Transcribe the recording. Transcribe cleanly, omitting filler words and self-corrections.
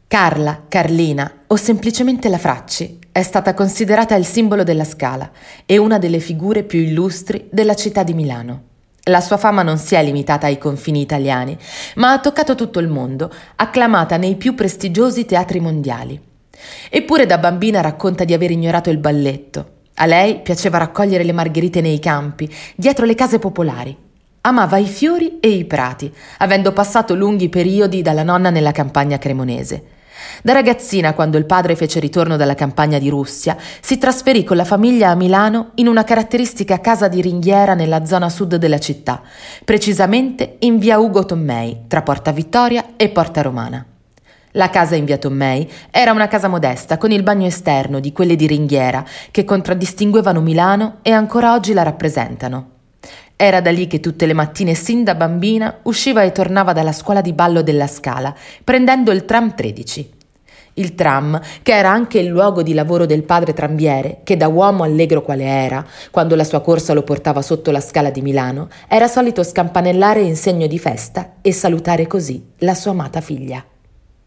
Carla, Carlina o semplicemente la Fracci è stata considerata il simbolo della Scala e una delle figure più illustri della città di Milano. La sua fama non si è limitata ai confini italiani, ma ha toccato tutto il mondo, acclamata nei più prestigiosi teatri mondiali. Eppure da bambina racconta di aver ignorato il balletto. A lei piaceva raccogliere le margherite nei campi, dietro le case popolari. Amava i fiori e i prati, avendo passato lunghi periodi dalla nonna nella campagna cremonese. Da ragazzina, quando il padre fece ritorno dalla campagna di Russia, si trasferì con la famiglia a Milano in una caratteristica casa di ringhiera nella zona sud della città, precisamente in via Ugo Tommei, tra Porta Vittoria e Porta Romana. La casa in via Tommei era una casa modesta con il bagno esterno di quelle di ringhiera che contraddistinguevano Milano e ancora oggi la rappresentano. Era da lì che tutte le mattine sin da bambina usciva e tornava dalla scuola di ballo della Scala, prendendo il tram 13. Il tram, che era anche il luogo di lavoro del padre trambiere, che da uomo allegro quale era, quando la sua corsa lo portava sotto la Scala di Milano, era solito scampanellare in segno di festa e salutare così la sua amata figlia.